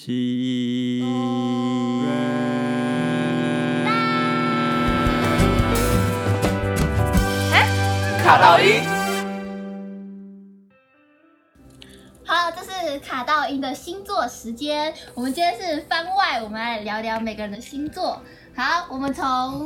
西。 卡到音。 好，这是卡到音的星座时间。我们今天是番外，我们来聊聊每个人的星座。好，我们从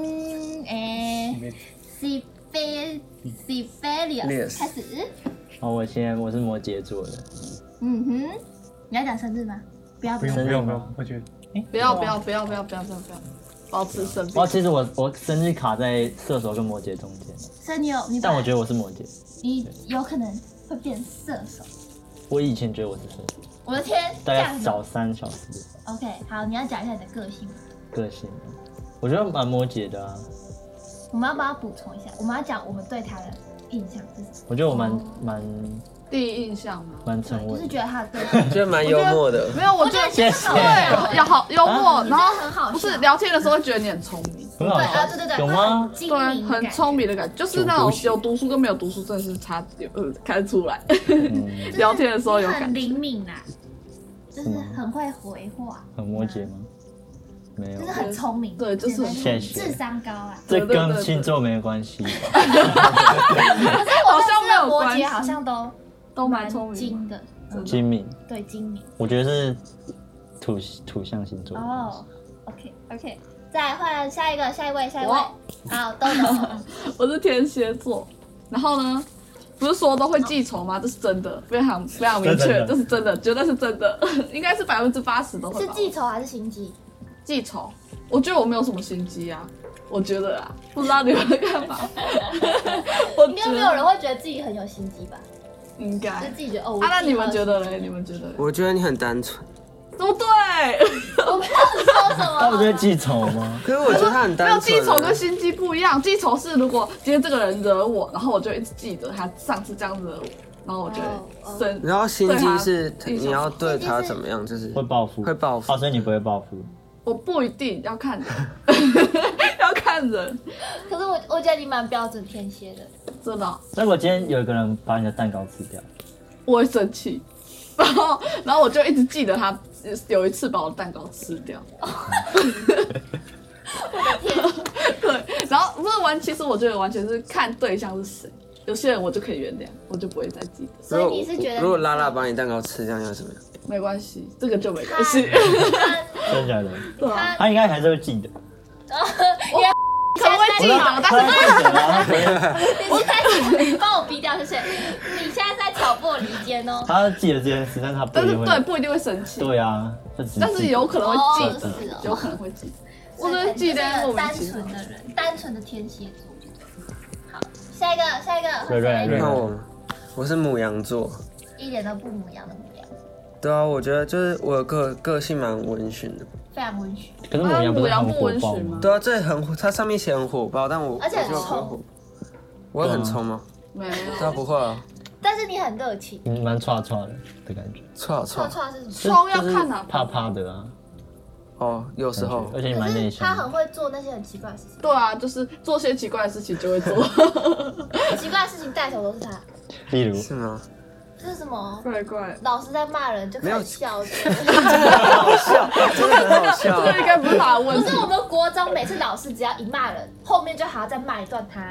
Sibelius 开始。 好，我是摩羯座的。 嗯哼，你要讲生日吗？不要， 不用，我觉得不要，保持神秘。 其实我生日卡在射手跟摩羯中间， 所以你但我觉得我是摩羯。 你有可能会变射手。 我以前觉得我是射手。 我的天， 大概小3、小4。 OK， 好，你要讲一下你的个性。 个性，我觉得蛮摩羯的啊。 我们要帮他补充一下，我们要讲我们对他的印象是什么？ 我觉得我蛮第一印象吗？ 蛮沉稳， 就是觉得他的个性， 觉得蛮幽默的。 没有，我觉得谢谢对，要好幽默，然后很好笑， 不是聊天的时候会觉得你很聪明， 很好笑。 对， 有吗？ 对，很聪明的感觉，就是那种有读书跟没有读书真的是看得出来。聊天的时候有感觉， 很灵敏啊，就是很会回话。 很摩羯吗？没有， 就是很聪明， 对，就是谢谢智商高啊。 这跟星座没有关系。 可是我好像没有摩关系羯好像都蛮聪明精的， 精明， 对，精明。 我觉得是土象星座。 哦，OK， 再换下一位。好，豆豆， 我是天蝎座，然后呢，不是说都会记仇吗？这是真的，非常明确，这是真的，绝对是真的，应该是80%都会。 是记仇还是心机？ 记仇，我觉得我没有什么心机啊，我觉得啊，不知道你们干嘛？ 应该没有人会觉得自己很有心机吧？ 应该， 就自己觉得哦。 那你们觉得嘞？ 我觉得你很单纯。 对不对？ 我没有说什么。 他不是记仇吗？ 可是我觉得他很单纯。 没有，记仇跟心机不一样。记仇是如果今天这个人惹我，然后我就一直记得他上次这样惹我，然后我就生。 然后心机是你要对他怎么样，就是会报复。所以你不会报复。 我不一定要看人，要看人。 可是我觉得你蛮标准天蝎的， 真的。 如果今天有一个人把你的蛋糕吃掉， 我会生气，然后我就一直记得他有一次把我的蛋糕吃掉。 我的天！ 对，然后不是其实我觉得完全是看对象是谁。有些人我就可以原谅，我就不会再记得。 所以你是觉得如果拉拉把你蛋糕吃掉，你会怎么样？ 没关系，这个就没关系。 真的假的？ 对啊， 他应该还是会记得。 可能会记得，但是你现在帮我逼掉，谢谢。你现在在挑拨离间哦。 他记得这件事，但是他不一定会生气。 对啊， 但是有可能会记得， 有可能会记得。我觉得记得单纯的人，单纯的天蝎座。好，下一个。 瑞， 看我是牡羊座， 一点都不母羊的母羊。 对啊，我觉得就是我的个性蛮温驯的， 非常温驯。 可是牡羊不是很火爆吗？ 对啊，这它上面写很火爆，但而且很冲。 我很冲吗？ 没有， 他不会啊。 但是你很热情， 你蛮串的感觉。 串是什么？ 冲要看哪？ 怕的啊。 哦，有时候。 而且你蛮内向。 他很会做那些很奇怪的事情。 对啊，就是做些奇怪的事情就会做。 奇怪的事情带头都是他。 例如。 是吗？ 是什么？ 怪， 老师在骂人就开始笑， 真的很好笑，真的很好笑。 这个应该不是他的问题。 不是我们国中每次老师只要一骂人，后面就还要再骂一段他。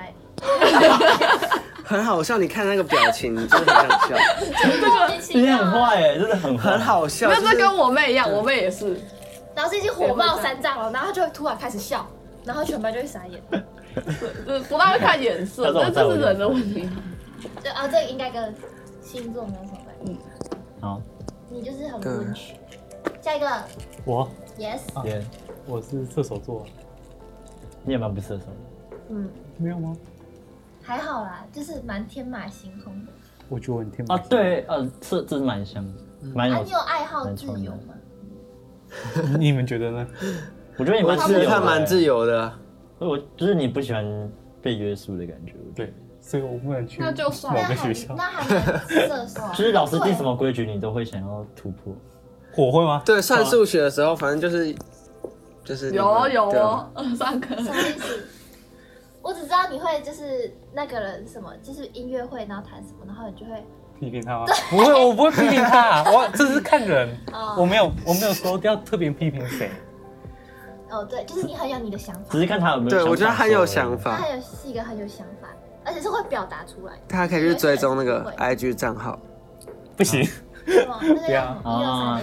很好笑，你看那个表情，真的很想笑。 你很坏哎，真的很好笑。 那这跟我妹一样，我妹也是。 老师已经火冒三丈了，然后他就会突然开始笑，然后全班就会傻眼。 不大会看眼色，但这是人的问题。 这个应该跟星座没有什么关系。 好。 你就是很温驯。下一个。 我。 Yes。 我是射手座。 你也蛮不射手的。 没有吗？ 还好啦，就是蛮天马行空的。 我觉得我很天马行空。 对，这是蛮像的，蛮有。 你有爱好自由吗？ 你们觉得呢？ 我觉得你蛮自由的。 他蛮自由的。 就是你不喜欢被约束的感觉。 对，所以我不能去那就算某个学校。 那还能射手？ 就是老师定什么规矩，你都会想要突破。 我会吗？ 对，算数学的时候，反正就是有哦，上课。 什么意思？我只知道你会就是那个人什么，就是音乐会，然后弹什么，然后你就会批评他吗？不会，我不会批评他，我这是看人， 哦我没有说要特别批评谁。 哦，对，就是你很有你的想法， 只是看他有没有。 对，我觉得很有想他法， 是一个很有想法，而且是会表达出来的。 他可以去追踪那个 IG 账号。 不行， 什么那个对啊 163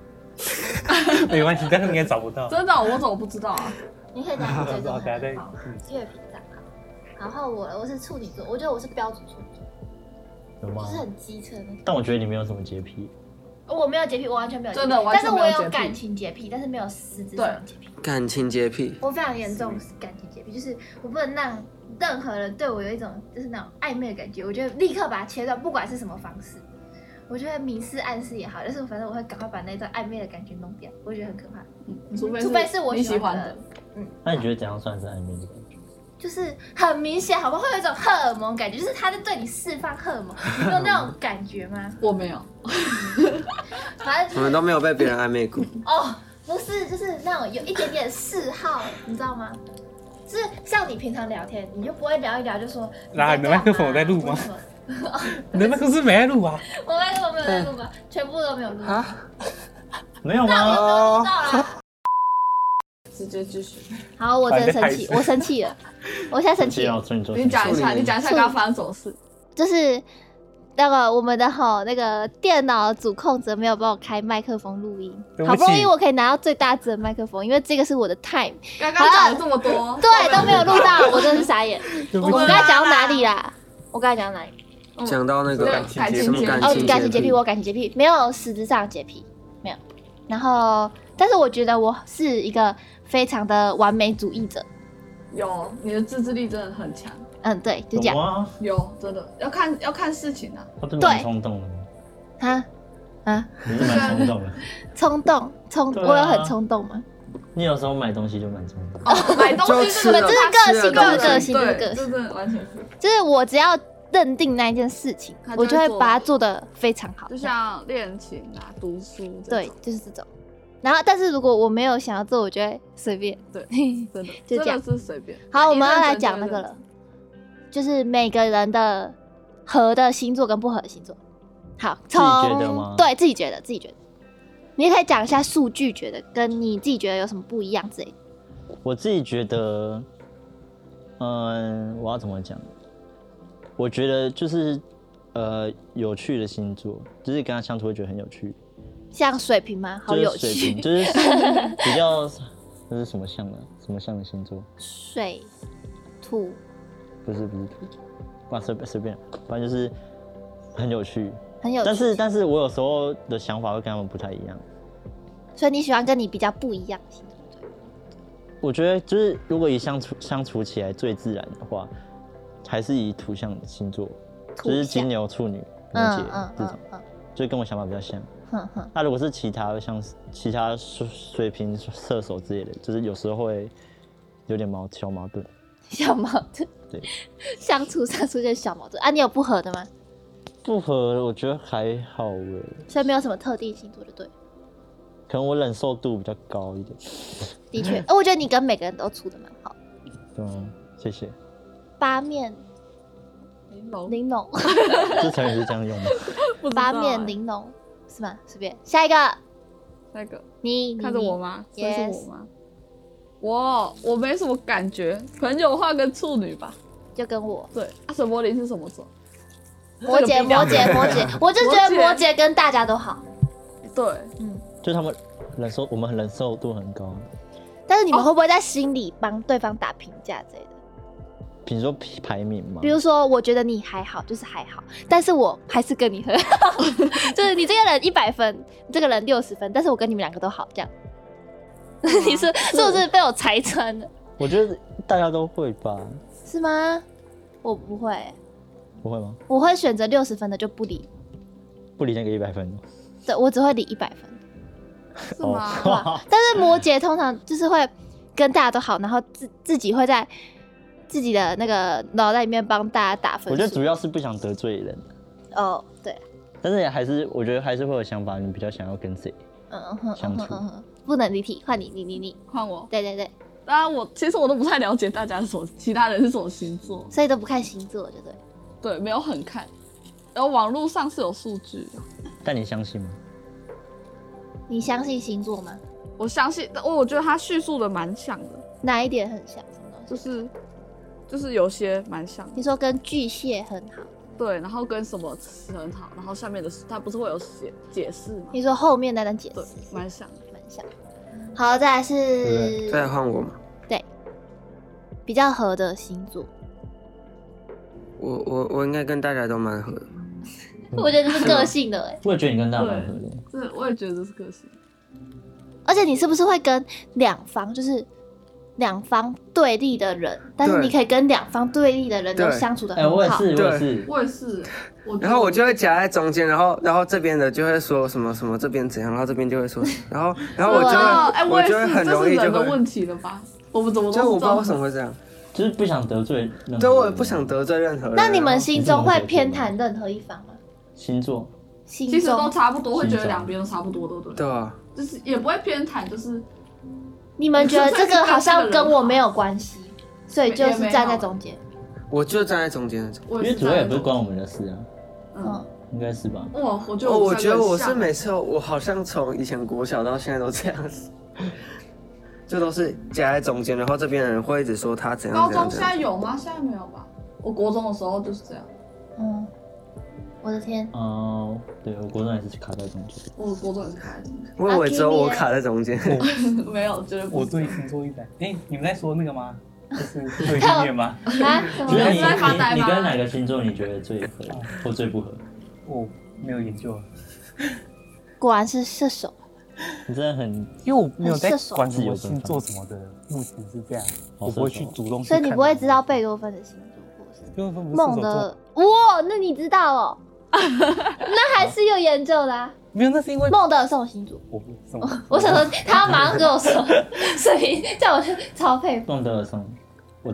ABC， 没关系，但是你也找不到。 真的，我怎么不知道啊？ 你可以讲追踪好等下再他的号乐评账号。然后我是处女座，我觉得我是标准处女座， 有吗就是？很机车那种。 但我觉得你没有什么洁癖。 我没有洁癖，我完全没有洁癖， 真的完但是我全没有洁癖有感情洁癖，但是没有实质上的洁癖。 感情洁癖， 我非常严重的感情洁癖，就是我不能让任何人对我有一种就是那种暧昧的感觉，我就立刻把它切断，不管是什么方式。我觉得明示暗示也好，但是反正我会赶快把那段暧昧的感觉弄掉，我觉得很可怕。除非是我你喜欢的的，， 那你觉得怎样算是暧昧的感觉？ 就是很明显，好不好？会有一种荷尔蒙感觉，就是他在对你释放荷尔蒙，你没有那种感觉吗？ 我没有。 反正我们都没有被别人暧昧过。 哦，不是，就是那种有一点点嗜好，你知道吗？就是像你平常聊天，你就不会聊一聊就说， 那你的麦克风有在录吗？你的麦克风是没在录啊？ 我麦克风没有在录吗？全部都没有录。 啊？ 没有那我吗？ 没有录到啦。 直接继续。 好，我真的生气，我生气了，我现在生气了。 你讲一下，你讲一下刚刚发生什么事？ 就是那个我们的那个电脑主控者没有帮我开麦克风录音， 对不起好不容易我可以拿到最大支的麦克风，因为这个是我的 time， 刚刚讲了这么多， 对，都没有录到，我真的是傻眼。 对不起我刚才讲到哪里啦？我刚才讲到哪里？ 讲到那个感情什么洁癖哦， 感情感情洁癖，我感情洁癖没有实质上的洁癖，没有。然后，但是我觉得我是一个非常的完美主义者。 有你的自制力真的很强， 嗯，对，就这样。 啊， 有真的要看事情啊。 他真的蛮冲动的。你是蛮冲动的。 冲动，我有很冲动吗？ 你有时候买东西就蛮冲动。 哦，买东西这个这是个性，这是个性，这是对， 个性。 这真的完全是。 就是我只要认定那一件事情他，就会我就会把它做得非常好。 就像练琴啊、读书这种， 对，就是这种。然后，但是如果我没有想要做，我就会随便。 对，真的就这样真的是随便。 好，我们要来讲那个了，就是每个人的合的星座跟不合的星座。好， 自己觉得吗对自己觉得，你也可以讲一下数据，觉得跟你自己觉得有什么不一样之类的。 我自己觉得，我要怎么讲？我觉得就是有趣的星座，就是跟他相处会觉得很有趣。 像水瓶吗？好有就是水趣瓶，。就是比较这是什么象的？什么象的星座？ 水、土， 不是土，不随便，反正就是很有趣。 很有趣。 但是我有时候的想法会跟他们不太一样。 所以你喜欢跟你比较不一样的星座？ 我觉得就是如果以相处起来最自然的话，还是以土象的星座，就是金牛、处女、摩羯这种，就跟我想法比较像。那如果是其他像其他水瓶、射手之类的，就是有时候会有点小矛盾。 小矛盾。 对， 相处上出现小矛盾啊？你有不合的吗？ 不合，我觉得还好诶， 所以没有什么特定星座就对了。 可能我忍受度比较高一点。 的确，我觉得你跟每个人都处的蛮好。 对啊，谢谢。 八面玲珑， 这成语是这样用吗？ 八面玲珑是吗？随便，下一个， 那个你看着我吗？这是 Yes 我吗？我没什么感觉，朋友的话跟处女吧。 就跟我对，沈柏霖是什么座？ 摩羯，我就觉得摩羯跟大家都好。 对， 就是他们我们忍受度很高。 但是你们会不会在心里帮对方打评价之类的？ 比如说排名嘛， 比如说，我觉得你还好，就是还好，但是我还是跟你很好，就是你这个人100分，你这个人60分，但是我跟你们2个都好，这样。你是不是被我拆穿了？ 我觉得大家都会吧。 是吗？我不会， 不会吗？ 我会选择60分的就不理， 不理那个100分。 对我只会理100分。 是吗？ 对吧？但是摩羯通常就是会跟大家都好，然后自己会在自己的那个脑袋里面帮大家打分数。 我觉得主要是不想得罪人。 哦，对， 但是我觉得还是会有想法，你比较想要跟谁相处。 不能离题，换你， 换我。 对， 当然其实我都不太了解大家是什么，其他人是什么星座， 所以都不看星座，对不对？ 对，没有很看。 然后网络上是有数据， 但你相信吗？ 你相信星座吗？ 我相信，我觉得他叙述的蛮像的， 哪一点很像？ 就是有些蛮像的。 你说跟巨蟹很好， 对，然后跟什么词很好，然后下面的他不是会有解释吗？ 你说后面那段解释对，蛮像的。 蛮像。好，再来是再来换我嘛。 对，比较合的星座， 我应该跟大家都蛮合的。 我觉得这是个性的我也觉得你跟大家蛮合的。 对，我也觉得这是个性。 而且你是不是会跟两方就是两方对立的人，但是你可以跟两方对立的人都相处的很好。 我也是。 我也是。 然后我就会夹在中间，然后这边的就会说什么什么这边怎样，然后这边就会说，然后我就会我就会很容易就会。 这是人的问题了吧？我们怎么都就我不知道为什么会这样。 就是不想得罪任何人。 对，我也不想得罪任何人。 那你们心中会偏袒任何一方吗？ 星座其实都差不多，会觉得两边都差不多，对不对？ 对啊， 就是也不会偏袒，就是你们觉得这个好像跟我没有关系，所以就是站在中间。 我就站在中间那种， 因为主要也不是关我们的事啊。 嗯， 应该是吧？ 我觉得我是每次我好像从以前国小到现在都这样子。就都是夹在中间，然后这边的人会一直说他怎样。 高中现在有吗？现在没有吧？我国中的时候就是这样。 我的天。 对，我国中也是卡在中间。 我国中也是卡在中间。 我以为只有我卡在中间。 没有，绝对不是。 我对星座100。你们在说那个吗？就是对立面吗？ 就是你跟哪个星座你觉得最合或最不合？ 我没有研究了。 果然是射手。 你真的很， 因为我没有在管什么星座什么的，目前是这样，我不会去主动去看。 所以你不会知道贝多芬的星座，或是梦的。哇，那你知道哦？那还是有研究的啊。 没有，那是因为孟德尔颂星座。我想说，他马上跟我说，所以叫我超佩服。 孟德尔颂，我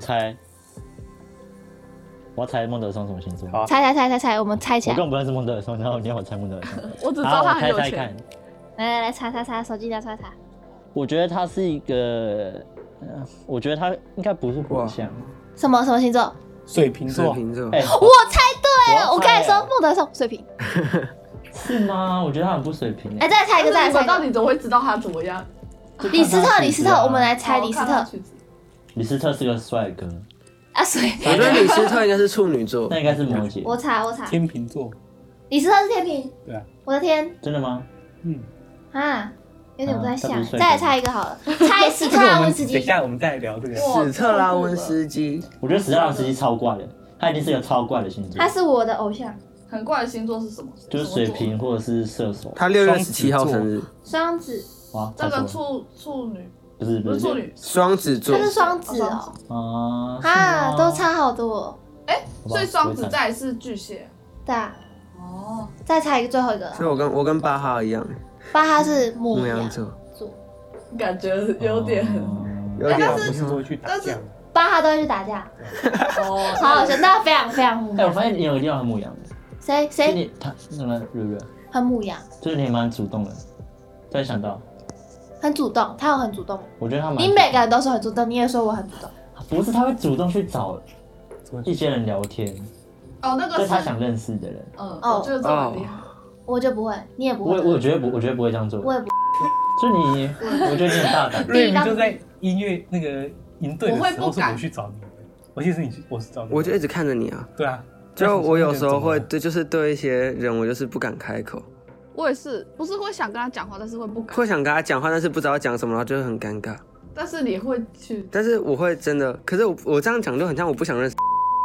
要猜孟德尔颂什么星座？ 猜，我们猜起来。 我根本不认识孟德尔颂，然后你要我猜孟德尔颂。 我只知道他很有钱。 来查，手机拿出来查。 我觉得他是一个，我觉得他应该不是火象。 什么星座？ 水瓶座。 我猜对了，我刚才说孟德尔颂水瓶。 是吗？我觉得他很不水平。 再猜一个，再猜一个。 到底怎么会知道他怎么样？ 李斯特，我们来猜李斯特。 李斯特是个帅哥。 水。 我觉得李斯特应该是处女座， 那应该是摩羯。 我查。 天秤座。 李斯特是天秤。 对啊。 我的天。 真的吗？ 有点不太像。再来猜一个好了，猜史特拉文斯基。 等一下我们再来聊这个。 史特拉文斯基， 我觉得史特拉文斯基超怪的，他一定是个超怪的星座。 他是我的偶像。 很怪的星座是什么？ 就是水瓶或者是射手。 他6月17号生日。 双子。 哇， 这个处女。 不是处女。 双子座。 他是双子哦。都差好多。 所以双子再是巨蟹。 对啊。再猜一个，最后一个。 所以我跟巴哈一样。 巴哈是牧羊座。 感觉有点。 但是都会去打架。 巴哈都会去打架。好好笑，那非常非常牧羊。 我发现你有一定要很牧羊的。 谁？ 他什么瑞？ 很牧羊。 就是你蛮主动的。突然想到。 很主动，他有很主动。 我觉得他蛮。 你每个人都说很主动，你也说我很主动。 不是，他会主动去找一些人聊天。 那个是他想认识的人。 我觉得这很厉害。 我就不会，你也不会。 我觉得不会这样做。 我也不。 就你，我觉得你很大胆。 瑞明就在音乐那个营队的时候是我去找你的，我记得是我是找你。 我就一直看着你啊。 对啊。 就我有时候会就是对一些人，我就是不敢开口。 我也是，不是会想跟他讲话，但是会不敢。 会想跟他讲话，但是不知道讲什么，然后就会很尴尬。 但是你会去。 但是我会真的，可是我这样讲就很像我不想认识。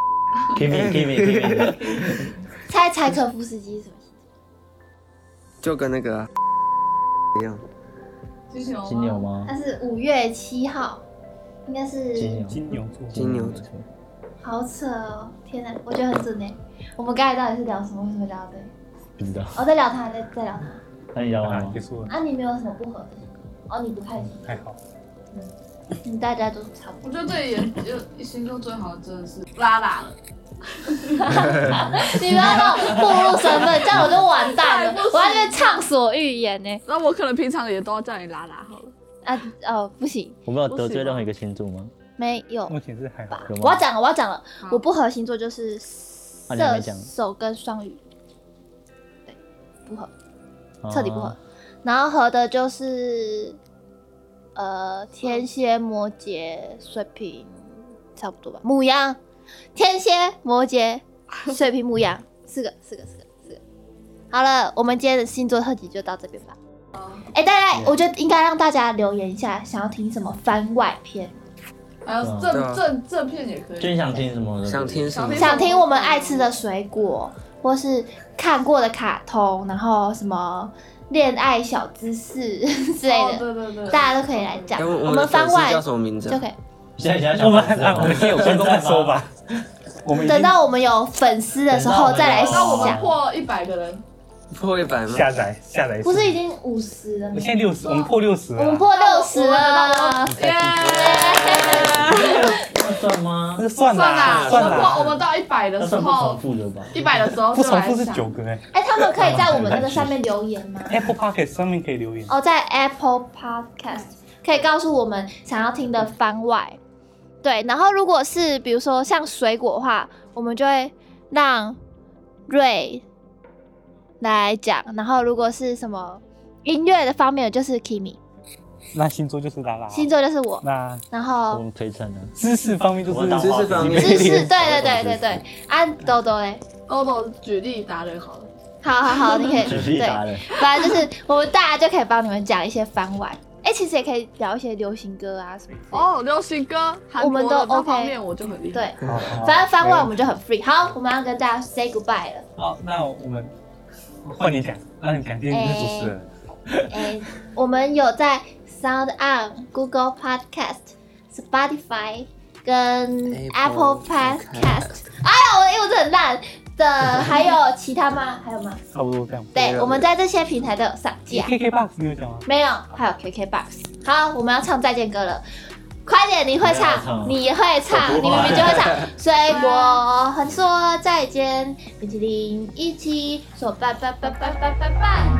Kimi。 猜柴可夫斯基是什么星座？ 就跟那个一样。 金牛吗？ 他是5月7号，应该是金牛座。 好扯哦！天哪，我觉得很准诶。我们刚才到底是聊什么？为什么聊到这里？ 不知道。 在聊他，在聊他。 那你聊完吗？ 结束了。 你没有什么不合的？你不开心？ 太好。 大家都差不多。 我觉得这里也星座最好的真的是拉拉了。 你不要让我暴露身份，这样我就完蛋了。我要去畅所欲言呢。 那我可能平常也都要叫你拉拉好了。 不行。 我没有得罪任何一个星座吗？ 没有。 目前是还好。 我要讲了，我不合星座就是射手跟双鱼。 不合，彻底不合。然后合的就是天蝎、摩羯、水瓶，差不多吧。牡羊、天蝎、摩羯、水瓶、牡羊，四个。好了，我们今天的星座特辑就到这边吧。大家，我觉得应该让大家留言一下，想要听什么番外篇， 还有正片也可以。 就想听什么？ 想听什么？ 想听我们爱吃的水果，或是看过的卡通，然后什么恋爱小知识之类的， 对， 大家都可以来讲。 我们番外叫什么名字？ 就可以。 我们先有观众再说吧。 等到我们有粉丝的时候再来想。 那我们破100个人。 破100吗？ 下载， 不是已经50了吗？ 现在60，我们破60了。 我们破60了， 耶！ 算吗？ 那算啦， 我们到100的时候， 不重复的吧 ？100的时候不重复是9个他们可以在我们那个上面留言吗 ？Apple Podcast 上面可以留言。 在 Apple Podcast 可以告诉我们想要听的番外。对，然后如果是比如说像水果的话，我们就会让瑞来讲，然后如果是什么音乐的方面，就是 Kimi， 那星座就是拉拉， 星座就是我，然后我们陪衬的知识方面就是知识方面， 对，豆豆嘞， 豆豆举例达人好了， 好，你可以举例达人， 反正就是我们大家就可以帮你们讲一些番外。其实也可以聊一些流行歌啊什么。 流行歌， 我们都 OK。 方面我就很厉害。 对，反正番外我们就很 free。好，我们要跟大家 say goodbye 了。 好，那我们换你讲，让你讲，今天你是主持人。 我们有在 SoundOn、Google Podcast、Spotify 跟 Apple Podcast。我的英文真的很烂的，还有其他吗？还有吗？ 差不多这样。 对，我们在这些平台都有上架。 KKBOX 你有讲吗？ 没有，还有 KKBOX。好，我们要唱再见歌了，快点！你会唱，你也会唱，你明明就会唱。水果和你说再见，冰淇淋一起说拜拜拜拜拜拜拜。